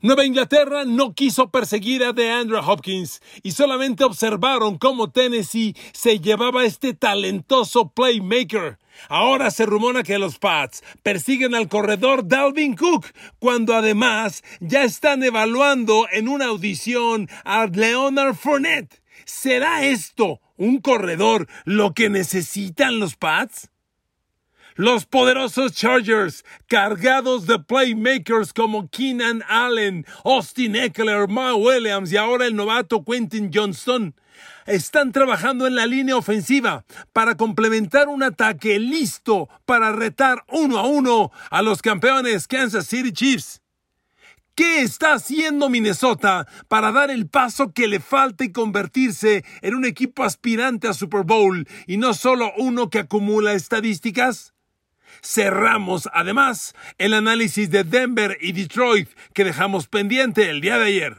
Nueva Inglaterra no quiso perseguir a DeAndre Hopkins y solamente observaron cómo Tennessee se llevaba este talentoso playmaker. Ahora se rumora que los Pats persiguen al corredor Dalvin Cook, cuando además ya están evaluando en una audición a Leonard Fournette. ¿Será esto un corredor lo que necesitan los Pats? Los poderosos Chargers, cargados de playmakers como Keenan Allen, Austin Ekeler, Mike Williams y ahora el novato Quentin Johnston, están trabajando en la línea ofensiva para complementar un ataque listo para retar 1-1 a los campeones Kansas City Chiefs. ¿Qué está haciendo Minnesota para dar el paso que le falta y convertirse en un equipo aspirante a Super Bowl y no solo uno que acumula estadísticas? Cerramos, además, el análisis de Denver y Detroit que dejamos pendiente el día de ayer.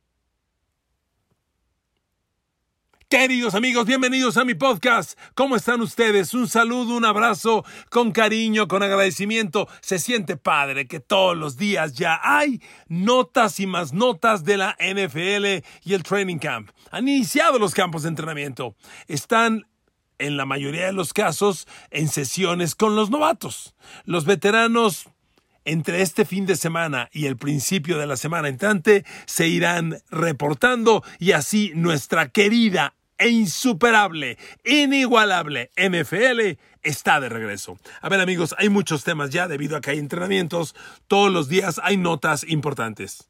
Queridos amigos, bienvenidos a mi podcast. ¿Cómo están ustedes? Un saludo, un abrazo, con cariño, con agradecimiento. Se siente padre que todos los días ya hay notas y más notas de la NFL y el Training Camp. Han iniciado los campos de entrenamiento. Están en la mayoría de los casos, en sesiones con los novatos. Los veteranos, entre este fin de semana y el principio de la semana entrante, se irán reportando y así nuestra querida e insuperable, inigualable NFL está de regreso. A ver, amigos, hay muchos temas ya debido a que hay entrenamientos. Todos los días hay notas importantes.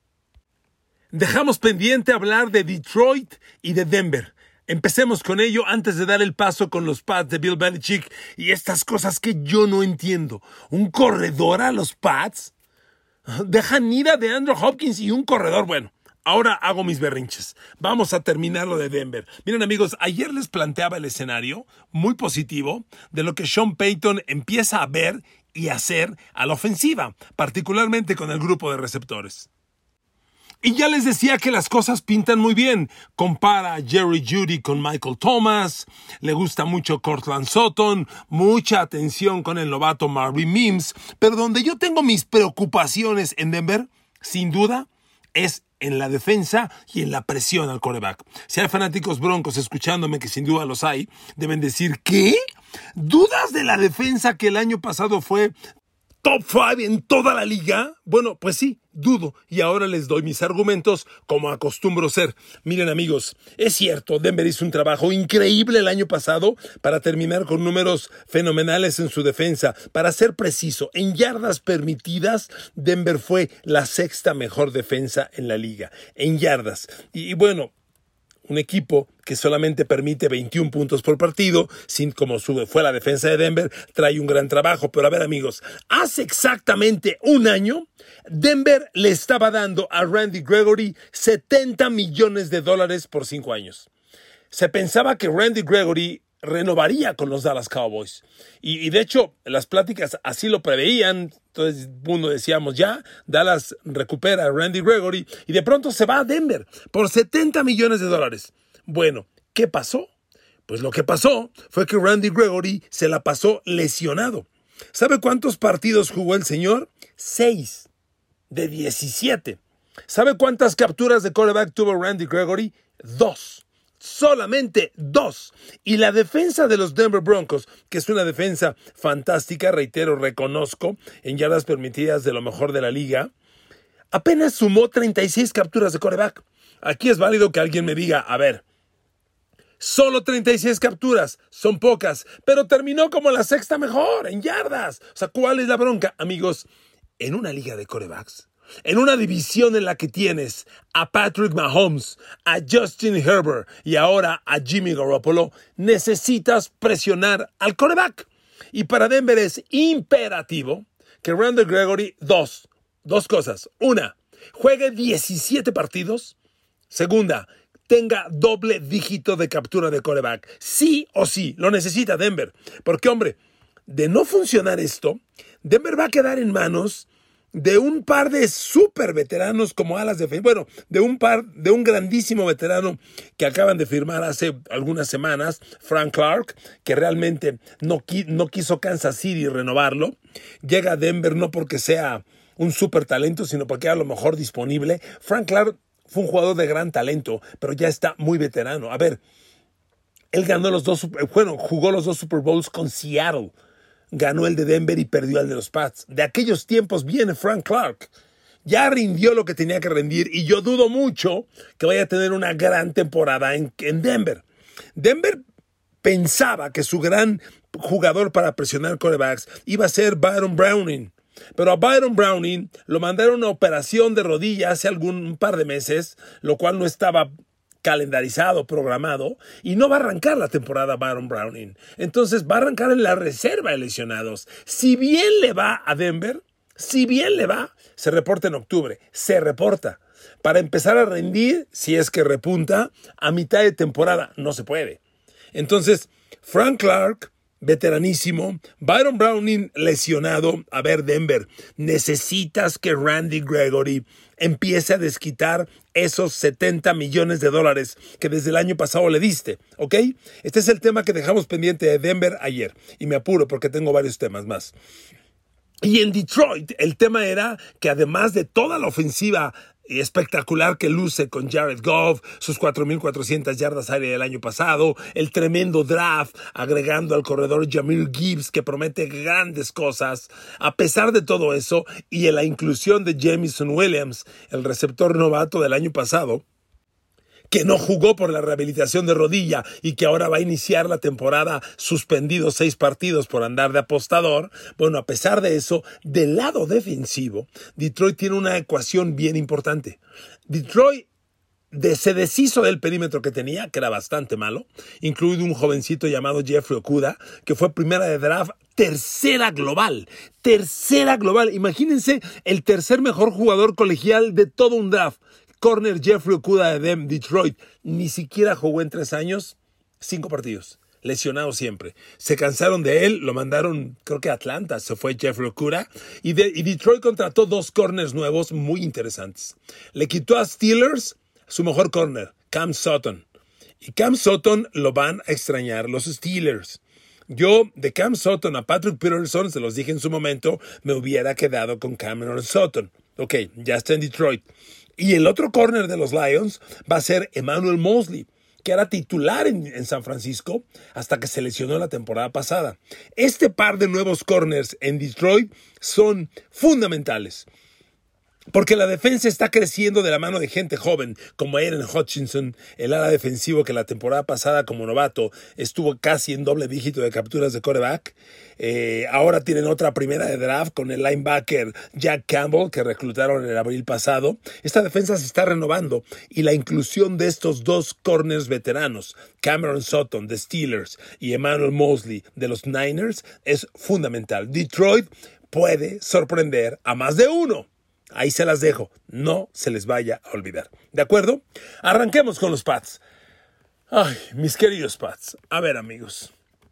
Dejamos pendiente hablar de Detroit y de Denver. Empecemos con ello antes de dar el paso con los Pats de Bill Belichick y estas cosas que yo no entiendo. ¿Un corredor a los Pats? ¿Dejan ir a DeAndre Hopkins y un corredor? Bueno, ahora hago mis berrinches. Vamos a terminar lo de Denver. Miren, amigos, ayer les planteaba el escenario muy positivo de lo que Sean Payton empieza a ver y hacer a la ofensiva, particularmente con el grupo de receptores. Y ya les decía que las cosas pintan muy bien. Compara a Jerry Jeudy con Michael Thomas. Le gusta mucho Courtland Sutton. Mucha atención con el novato Marvin Mims. Pero donde yo tengo mis preocupaciones en Denver, sin duda, es en la defensa y en la presión al quarterback. Si hay fanáticos broncos escuchándome, que sin duda los hay, deben decir, ¿qué? ¿Dudas de la defensa que el año pasado fue top 5 en toda la liga? Bueno, pues sí, dudo. Y ahora les doy mis argumentos como acostumbro ser. Miren, amigos, es cierto, Denver hizo un trabajo increíble el año pasado para terminar con números fenomenales en su defensa. Para ser preciso, en yardas permitidas, Denver fue la sexta mejor defensa en la liga. En yardas. Y bueno, un equipo que solamente permite 21 puntos por partido, sin como fue la defensa de Denver, trae un gran trabajo. Pero a ver, amigos, hace exactamente un año, Denver le estaba dando a Randy Gregory $70 millones por 5 años. Se pensaba que Randy Gregory renovaría con los Dallas Cowboys. Y de hecho, las pláticas así lo preveían. Entonces, uno decíamos, ya, Dallas recupera a Randy Gregory y de pronto se va a Denver por $70 millones. Bueno, ¿qué pasó? Pues lo que pasó fue que Randy Gregory se la pasó lesionado. ¿Sabe cuántos partidos jugó el señor? 6 de 17. ¿Sabe cuántas capturas de quarterback tuvo Randy Gregory? 2. Solamente 2. Y la defensa de los Denver Broncos, que es una defensa fantástica, reitero, reconozco, en yardas permitidas de lo mejor de la liga, apenas sumó 36 capturas de quarterback. Aquí es válido que alguien me diga, a ver, solo 36 capturas, son pocas, pero terminó como la sexta mejor en yardas. O sea, ¿cuál es la bronca? Amigos, en una liga de quarterbacks, en una división en la que tienes a Patrick Mahomes, a Justin Herbert y ahora a Jimmy Garoppolo, necesitas presionar al quarterback. Y para Denver es imperativo que Randy Gregory, dos cosas. Una, juegue 17 partidos. Segunda, tenga doble dígito de captura de quarterback. Sí o sí, lo necesita Denver. Porque, hombre, de no funcionar esto, Denver va a quedar en manos de un par de súper veteranos como alas de... Bueno, de un grandísimo veterano que acaban de firmar hace algunas semanas, Frank Clark, que realmente no quiso Kansas City renovarlo. Llega a Denver no porque sea un súper talento, sino porque era lo mejor disponible. Frank Clark fue un jugador de gran talento, pero ya está muy veterano. A ver, él jugó los dos Super Bowls con Seattle. Ganó el de Denver y perdió el de los Pats. De aquellos tiempos viene Frank Clark. Ya rindió lo que tenía que rendir y yo dudo mucho que vaya a tener una gran temporada en Denver. Denver pensaba que su gran jugador para presionar quarterbacks iba a ser Byron Browning. Pero a Byron Browning lo mandaron a operación de rodilla hace un par de meses, lo cual no estaba calendarizado, programado, y no va a arrancar la temporada Byron Browning. Entonces va a arrancar en la reserva de lesionados. Si bien le va a Denver, se reporta en octubre, se reporta. Para empezar a rendir, si es que repunta, a mitad de temporada no se puede. Entonces, Frank Clark, veteranísimo, Byron Browning lesionado. A ver, Denver, necesitas que Randy Gregory empiece a desquitar esos $70 millones que desde el año pasado le diste, ¿ok? Este es el tema que dejamos pendiente de Denver ayer, y me apuro porque tengo varios temas más. Y en Detroit, el tema era que además de toda la ofensiva espectacular que luce con Jared Goff, sus 4,400 yardas aéreas del año pasado, el tremendo draft agregando al corredor Jahmyr Gibbs que promete grandes cosas, a pesar de todo eso y en la inclusión de Jameson Williams, el receptor novato del año pasado, que no jugó por la rehabilitación de rodilla y que ahora va a iniciar la temporada suspendido 6 partidos por andar de apostador. Bueno, a pesar de eso, del lado defensivo, Detroit tiene una ecuación bien importante. Detroit se deshizo del perímetro que tenía, que era bastante malo, incluido un jovencito llamado Jeffrey Okudah, que fue primera de draft, tercera global. Imagínense el tercer mejor jugador colegial de todo un draft. Corner Jeffrey Okudah de Detroit, ni siquiera jugó en 3 años, 5 partidos, lesionado siempre. Se cansaron de él, lo mandaron, creo que a Atlanta, se fue Jeffrey Okudah, y Detroit contrató 2 corners nuevos muy interesantes. Le quitó a Steelers su mejor corner, Cam Sutton, y Cam Sutton lo van a extrañar los Steelers. Yo, de Cam Sutton a Patrick Peterson, se los dije en su momento, me hubiera quedado con Cameron Sutton. Ok, ya está en Detroit. Y el otro corner de los Lions va a ser Emmanuel Moseley, que era titular en San Francisco hasta que se lesionó la temporada pasada. Este par de nuevos corners en Detroit son fundamentales, porque la defensa está creciendo de la mano de gente joven, como Aiden Hutchinson, el ala defensivo que la temporada pasada como novato estuvo casi en doble dígito de capturas de quarterback. Ahora tienen otra primera de draft con el linebacker Jack Campbell, que reclutaron en el abril pasado. Esta defensa se está renovando y la inclusión de estos 2 corners veteranos, Cameron Sutton de Steelers y Emmanuel Moseley de los Niners, es fundamental. Detroit puede sorprender a más de uno. Ahí se las dejo, no se les vaya a olvidar. ¿De acuerdo? Arranquemos con los Pats. Ay, mis queridos Pats. A ver, amigos.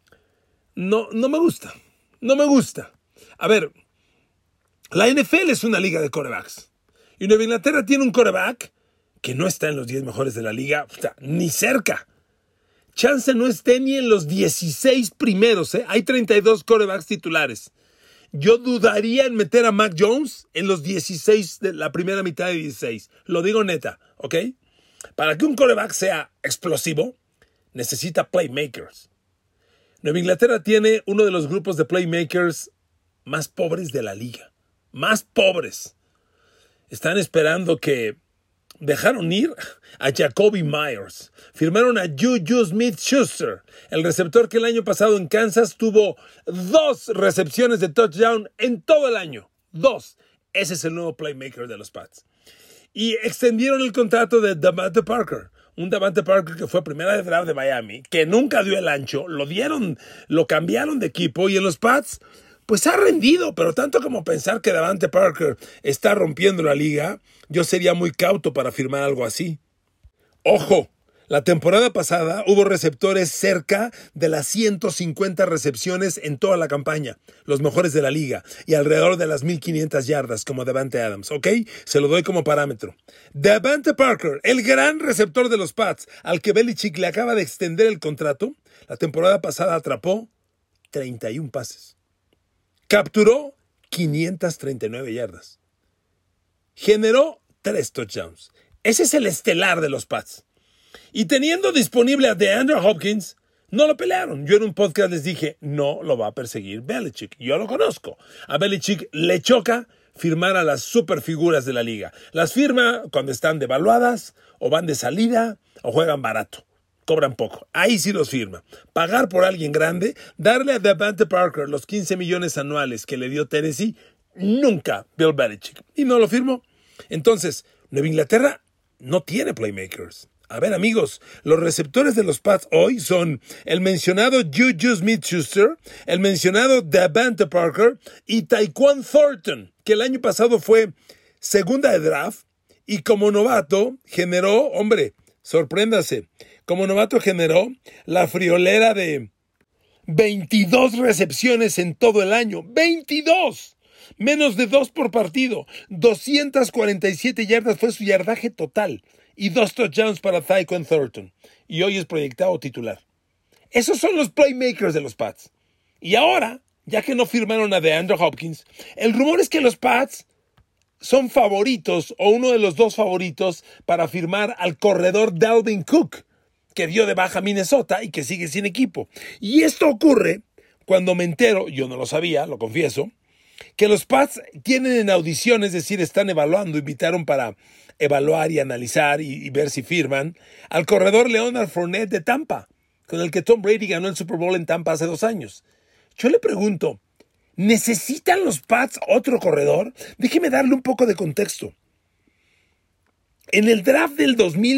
No me gusta. A ver, la NFL es una liga de quarterbacks. Y Nueva Inglaterra tiene un quarterback que no está en los 10 mejores de la liga, ni cerca. Chance no esté ni en los 16 primeros, ¿eh? Hay 32 quarterbacks titulares. Yo dudaría en meter a Mac Jones en los 16 de la primera mitad de 16. Lo digo neta, ¿ok? Para que un quarterback sea explosivo, necesita playmakers. Nueva Inglaterra tiene uno de los grupos de playmakers más pobres de la liga. Más pobres. Están esperando que... Dejaron ir a Jacoby Myers. Firmaron a Juju Smith-Schuster, el receptor que el año pasado en Kansas tuvo 2 recepciones de touchdown en todo el año. 2. Ese es el nuevo playmaker de los Pats. Y extendieron el contrato de Davante Parker. Un Davante Parker que fue primera de draft de Miami, que nunca dio el ancho. Lo cambiaron de equipo y en los Pats... pues ha rendido, pero tanto como pensar que Davante Parker está rompiendo la liga, yo sería muy cauto para firmar algo así. ¡Ojo! La temporada pasada hubo receptores cerca de las 150 recepciones en toda la campaña, los mejores de la liga, y alrededor de las 1,500 yardas como Davante Adams, ¿ok? Se lo doy como parámetro. Davante Parker, el gran receptor de los Pats, al que Belichick le acaba de extender el contrato, la temporada pasada atrapó 31 pases. Capturó 539 yardas. generó 3 touchdowns. Ese es el estelar de los Pats. Y teniendo disponible a DeAndre Hopkins, no lo pelearon. Yo en un podcast les dije, no lo va a perseguir Belichick. Yo lo conozco. A Belichick le choca firmar a las superfiguras de la liga. Las firma cuando están devaluadas, o van de salida, o juegan barato. Cobran poco. Ahí sí los firma. Pagar por alguien grande, darle a Devante Parker los 15 millones anuales que le dio Tennessee, nunca Bill Belichick. Y no lo firmó. Entonces, Nueva Inglaterra no tiene playmakers. A ver, amigos, los receptores de los Pats hoy son el mencionado Juju Smith-Schuster, el mencionado Devante Parker y Tyquan Thornton, que el año pasado fue segunda de draft y como novato generó, hombre, sorpréndase, como novato generó la friolera de 22 recepciones en todo el año. ¡22! Menos de 2 por partido. 247 yardas fue su yardaje total. Y 2 touchdowns para Tyquan Thornton. Y hoy es proyectado titular. Esos son los playmakers de los Pats. Y ahora, ya que no firmaron a DeAndre Hopkins, el rumor es que los Pats son favoritos, o uno de los 2 favoritos, para firmar al corredor Dalvin Cook, que dio de baja a Minnesota y que sigue sin equipo. Y esto ocurre cuando me entero, yo no lo sabía, lo confieso, que los Pats tienen en audición, es decir, están evaluando, invitaron para evaluar y analizar y ver si firman al corredor Leonard Fournette de Tampa, con el que Tom Brady ganó el Super Bowl en Tampa hace 2 años. Yo le pregunto, ¿necesitan los Pats otro corredor? Déjeme darle un poco de contexto. En el draft del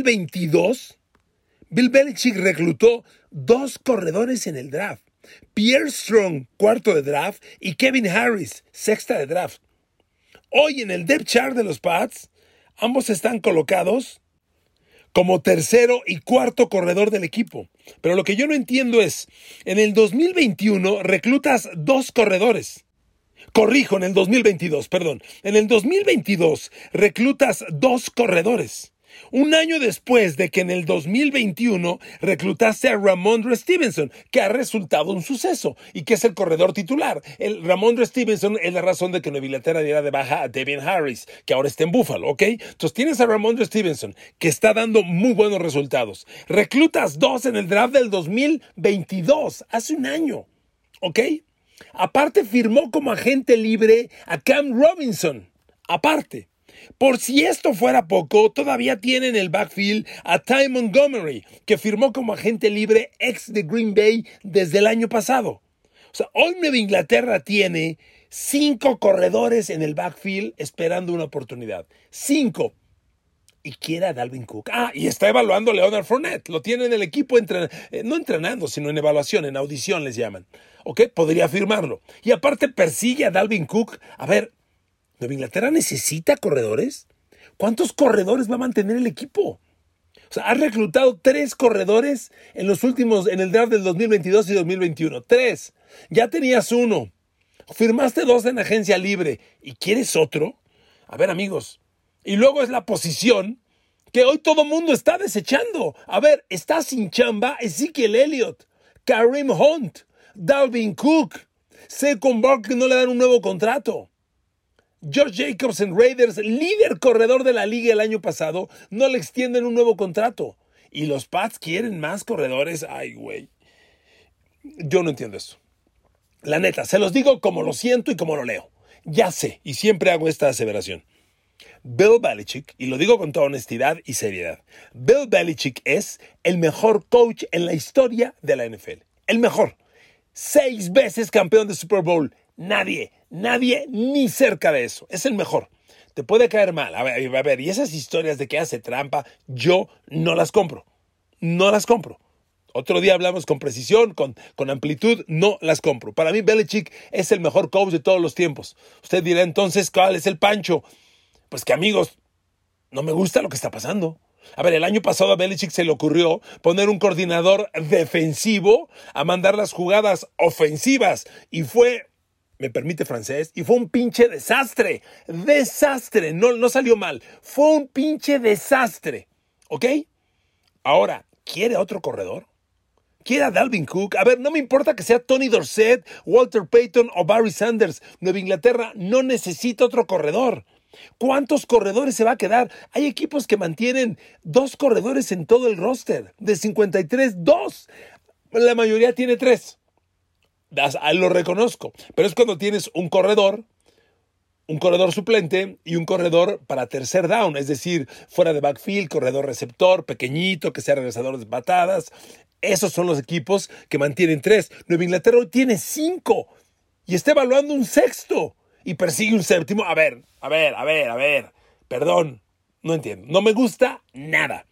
2022, Bill Belichick reclutó 2 corredores en el draft. Pierre Strong, 4º de draft, y Kevin Harris, 6ª de draft. Hoy en el depth chart de los Pats, ambos están colocados como 3º y 4º corredor del equipo. Pero lo que yo no entiendo es, en el 2021 reclutas 2 corredores. Corrijo, en el 2022, perdón. En el 2022 reclutas 2 corredores. Un año después de que en el 2021 reclutaste a Ramondre Stevenson, que ha resultado un suceso y que es el corredor titular. El Ramondre Stevenson es la razón de que Nueva Inglaterra diera de baja a Devian Harris, que ahora está en Buffalo, ¿ok? Entonces tienes a Ramondre Stevenson, que está dando muy buenos resultados. Reclutas 2 en el draft del 2022, hace un año, ¿ok? Aparte firmó como agente libre a Cam Robinson, aparte. Por si esto fuera poco, todavía tienen en el backfield a Ty Montgomery, que firmó como agente libre ex de Green Bay desde el año pasado. O sea, hoy Nueva Inglaterra tiene 5 corredores en el backfield esperando una oportunidad. 5. Y quiere a Dalvin Cook. Y está evaluando a Leonard Fournette. Lo tiene en el equipo, no entrenando, sino en evaluación, en audición les llaman. ¿Ok? Podría firmarlo. Y aparte persigue a Dalvin Cook. A ver, ¿Nueva Inglaterra necesita corredores? ¿Cuántos corredores va a mantener el equipo? O sea, has reclutado 3 corredores en el draft del 2022 y 2021. 3. Ya tenías 1. Firmaste 2 en agencia libre. ¿Y quieres otro? A ver, amigos. Y luego es la posición que hoy todo mundo está desechando. A ver, está sin chamba Ezekiel Elliott, Kareem Hunt, Dalvin Cook. Saquon Barkley no le dan un nuevo contrato. George Jacobs en Raiders, líder corredor de la liga el año pasado, no le extienden un nuevo contrato. Y los Pats quieren más corredores. Ay, güey. Yo no entiendo eso. La neta, se los digo como lo siento y como lo leo. Ya sé, y siempre hago esta aseveración. Bill Belichick, y lo digo con toda honestidad y seriedad, Bill Belichick es el mejor coach en la historia de la NFL. El mejor. 6 veces campeón de Super Bowl. Nadie ni cerca de eso. Es el mejor. Te puede caer mal. A ver, y esas historias de que hace trampa, yo no las compro. No las compro. Otro día hablamos con precisión, con amplitud, no las compro. Para mí, Belichick es el mejor coach de todos los tiempos. Usted dirá entonces, ¿cuál es el pancho? Pues que, amigos, no me gusta lo que está pasando. A ver, el año pasado a Belichick se le ocurrió poner un coordinador defensivo a mandar las jugadas ofensivas. Y fue, me permite francés, y fue un pinche desastre. Desastre, no salió mal. Fue un pinche desastre. ¿Ok? Ahora, ¿quiere otro corredor? ¿Quiere a Dalvin Cook? A ver, no me importa que sea Tony Dorsett, Walter Payton o Barry Sanders. Nueva Inglaterra no necesita otro corredor. ¿Cuántos corredores se va a quedar? Hay equipos que mantienen 2 corredores en todo el roster. De 53, 2. La mayoría tiene 3. Lo reconozco. Pero es cuando tienes un corredor suplente y un corredor para tercer down, es decir, fuera de backfield, corredor receptor, pequeñito, que sea regresador de patadas. Esos son los equipos que mantienen 3. Nueva Inglaterra hoy tiene 5 y está evaluando un sexto y persigue un séptimo. A ver. Perdón, no entiendo. No me gusta nada.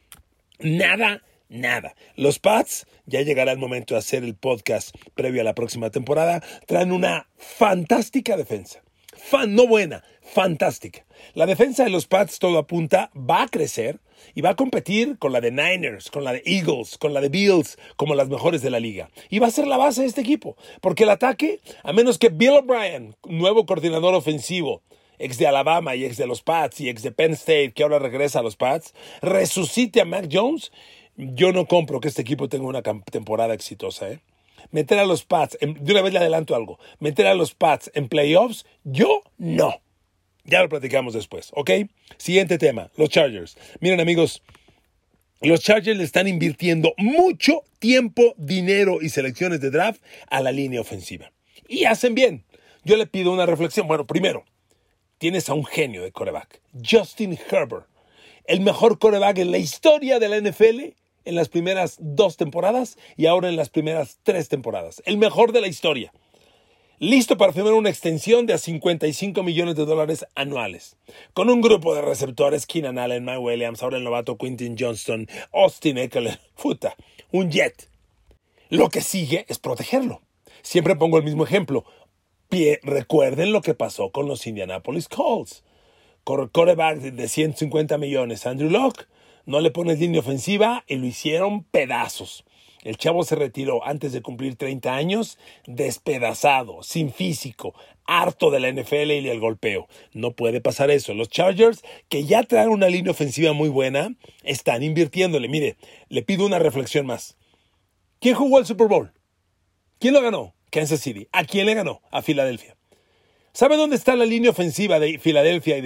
Nada. Los Pats, ya llegará el momento de hacer el podcast previo a la próxima temporada, traen una fantástica defensa. No buena, fantástica. La defensa de los Pats, todo apunta, va a crecer y va a competir con la de Niners, con la de Eagles, con la de Bills, como las mejores de la liga. Y va a ser la base de este equipo, porque el ataque, a menos que Bill O'Brien, nuevo coordinador ofensivo, ex de Alabama y ex de los Pats y ex de Penn State, que ahora regresa a los Pats, resucite a Mac Jones, yo no compro que este equipo tenga una temporada exitosa, Meter a los Pats, de una vez le adelanto algo, meter a los Pats en playoffs, yo no. Ya lo platicamos después, ¿ok? Siguiente tema, los Chargers. Miren, amigos, los Chargers le están invirtiendo mucho tiempo, dinero y selecciones de draft a la línea ofensiva. Y hacen bien. Yo le pido una reflexión. Bueno, primero, tienes a un genio de quarterback, Justin Herbert, el mejor quarterback en la historia de la NFL en las primeras 2 temporadas y ahora en las primeras 3 temporadas. El mejor de la historia. Listo para firmar una extensión de a $55 millones anuales. Con un grupo de receptores, Keenan Allen, Mike Williams, ahora el novato Quentin Johnston, Austin Ekeler, un jet. Lo que sigue es protegerlo. Siempre pongo el mismo ejemplo. Recuerden lo que pasó con los Indianapolis Colts. Quarterback de 150 millones, Andrew Luck. No le pones línea ofensiva y lo hicieron pedazos. El chavo se retiró antes de cumplir 30 años, despedazado, sin físico, harto de la NFL y del golpeo. No puede pasar eso. Los Chargers, que ya traen una línea ofensiva muy buena, están invirtiéndole. Mire, le pido una reflexión más. ¿Quién jugó el Super Bowl? ¿Quién lo ganó? Kansas City. ¿A quién le ganó? A Filadelfia. ¿Sabe dónde está la línea ofensiva de Filadelfia y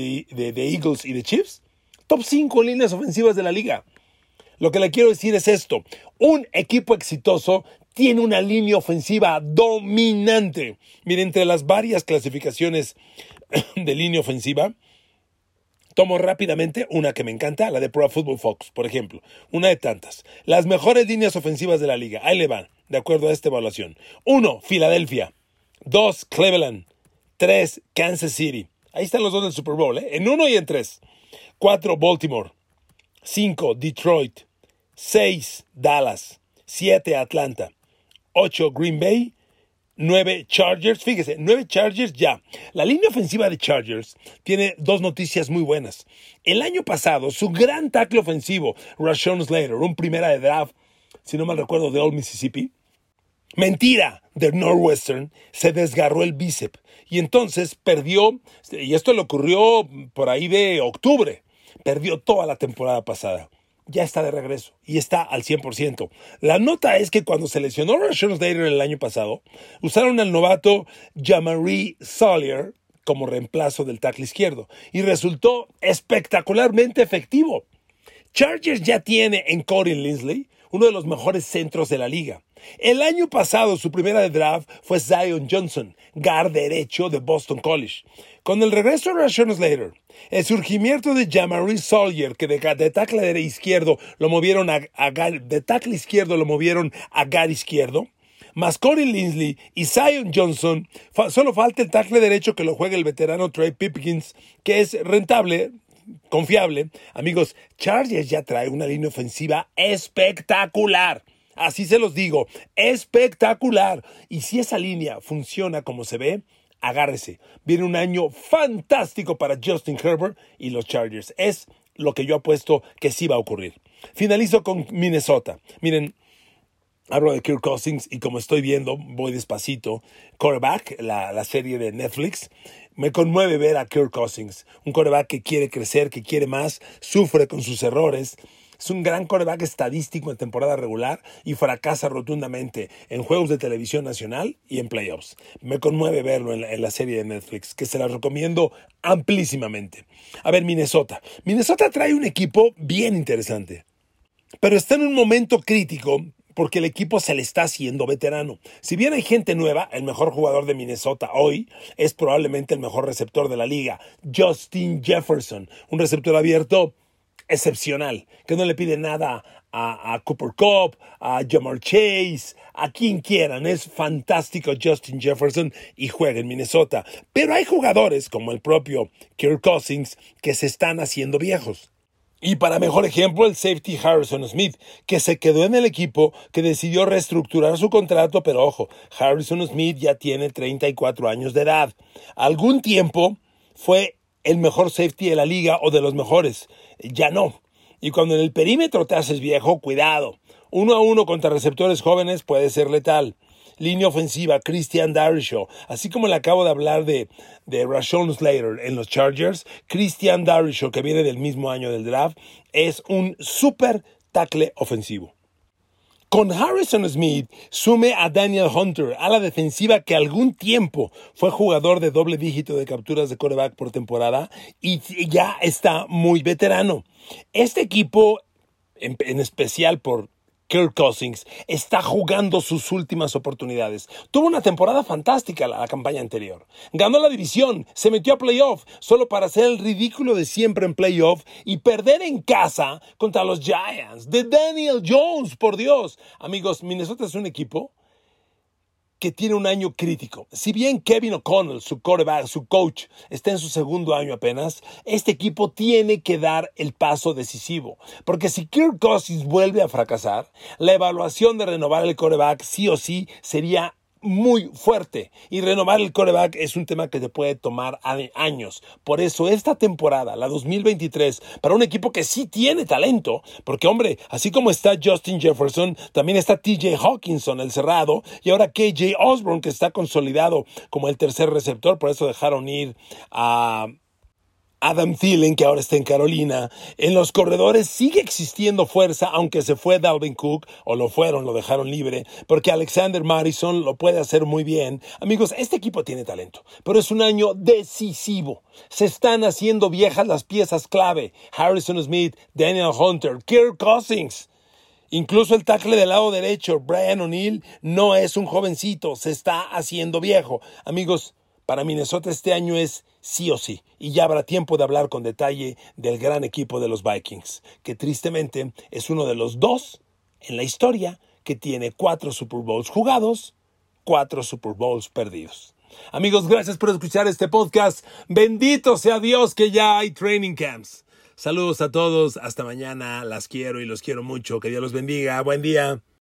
de Eagles y de Chiefs? Top 5 líneas ofensivas de la liga. Lo que le quiero decir es esto. Un equipo exitoso tiene una línea ofensiva dominante. Mire, entre las varias clasificaciones de línea ofensiva, tomo rápidamente una que me encanta, la de Pro Football Focus, por ejemplo. Una de tantas. Las mejores líneas ofensivas de la liga. Ahí le van, de acuerdo a esta evaluación. 1, Filadelfia. 2, Cleveland. 3, Kansas City. Ahí están los dos del Super Bowl, en 1 y en 3. 4, Baltimore. 5, Detroit. 6, Dallas. 7, Atlanta. 8, Green Bay. 9, Chargers. Fíjese, 9 Chargers ya. La línea ofensiva de Chargers tiene 2 noticias muy buenas. El año pasado, su gran tackle ofensivo, Rashawn Slater, un primera de draft, si no mal recuerdo, de Old Mississippi. Mentira, de Northwestern, se desgarró el bíceps. Y entonces perdió, y esto le ocurrió por ahí de octubre, perdió toda la temporada pasada. Ya está de regreso y está al 100%. La nota es que cuando se lesionó Rashawn Slater el año pasado, usaron al novato Jamari Salyer como reemplazo del tackle izquierdo y resultó espectacularmente efectivo. Chargers ya tiene en Corey Linsley uno de los mejores centros de la liga. El año pasado su primera de draft fue Zion Johnson, guard derecho de Boston College. Con el regreso de Rashawn Slater, el surgimiento de Jamari Salyer, que de tackle izquierdo lo movieron de tackle izquierdo lo movieron a guard izquierdo, más Corey Linsley y Zion Johnson, solo falta el tackle derecho que lo juega el veterano Trey Pipkins, que es rentable, confiable. Amigos, Chargers ya trae una línea ofensiva espectacular. Así se los digo, espectacular. Y si esa línea funciona como se ve, agárrese. Viene un año fantástico para Justin Herbert y los Chargers. Es lo que yo apuesto que sí va a ocurrir. Finalizo con Minnesota. Miren, hablo de Kirk Cousins y como estoy viendo, voy despacito. Quarterback, la serie de Netflix. Me conmueve ver a Kirk Cousins, un quarterback que quiere crecer, que quiere más, sufre con sus errores. Es un gran quarterback estadístico en temporada regular y fracasa rotundamente en juegos de televisión nacional y en playoffs. Me conmueve verlo en la serie de Netflix, que se la recomiendo amplísimamente. A ver, Minnesota. Minnesota trae un equipo bien interesante, pero está en un momento crítico porque el equipo se le está haciendo veterano. Si bien hay gente nueva, el mejor jugador de Minnesota hoy es probablemente el mejor receptor de la liga, Justin Jefferson, un receptor abierto excepcional, que no le pide nada a Cooper Kupp, a Ja'Marr Chase, a quien quieran. Es fantástico Justin Jefferson y juega en Minnesota. Pero hay jugadores como el propio Kirk Cousins que se están haciendo viejos. Y para mejor ejemplo, el safety Harrison Smith, que se quedó en el equipo, que decidió reestructurar su contrato, pero ojo, Harrison Smith ya tiene 34 años de edad. Algún tiempo fue el mejor safety de la liga o de los mejores. Ya no. Y cuando en el perímetro te haces viejo, cuidado. 1-1 contra receptores jóvenes puede ser letal. Línea ofensiva, Christian Darrisaw. Así como le acabo de hablar de Rashawn Slater en los Chargers, Christian Darrisaw, que viene del mismo año del draft, es un super tackle ofensivo. Con Harrison Smith, sume a Daniel Hunter a la defensiva, que algún tiempo fue jugador de doble dígito de capturas de quarterback por temporada y ya está muy veterano. Este equipo, en especial por Kirk Cousins, está jugando sus últimas oportunidades. Tuvo una temporada fantástica la campaña anterior. Ganó la división, se metió a playoff, solo para hacer el ridículo de siempre en playoff y perder en casa contra los Giants de Daniel Jones, por Dios. Amigos, Minnesota es un equipo que tiene un año crítico. Si bien Kevin O'Connell, su quarterback, su coach, está en su segundo año apenas, este equipo tiene que dar el paso decisivo. Porque si Kirk Cousins vuelve a fracasar, la evaluación de renovar el quarterback sí o sí sería muy fuerte. Y renovar el quarterback es un tema que te puede tomar años. Por eso esta temporada, la 2023, para un equipo que sí tiene talento, porque hombre, así como está Justin Jefferson, también está TJ Hawkinson, el cerrado, y ahora KJ Osborne, que está consolidado como el tercer receptor. Por eso dejaron ir a Adam Thielen, que ahora está en Carolina. En los corredores sigue existiendo fuerza, aunque se fue Dalvin Cook, o lo dejaron libre, porque Alexander Mattison lo puede hacer muy bien. Amigos, este equipo tiene talento, pero es un año decisivo. Se están haciendo viejas las piezas clave. Harrison Smith, Daniel Hunter, Kirk Cousins. Incluso el tackle del lado derecho, Brian O'Neill, no es un jovencito, se está haciendo viejo. Amigos, para Minnesota este año es sí o sí, y ya habrá tiempo de hablar con detalle del gran equipo de los Vikings, que tristemente es uno de los 2 en la historia que tiene 4 Super Bowls jugados, 4 Super Bowls perdidos. Amigos, gracias por escuchar este podcast. Bendito sea Dios que ya hay training camps. Saludos a todos, hasta mañana, las quiero y los quiero mucho. Que Dios los bendiga. Buen día.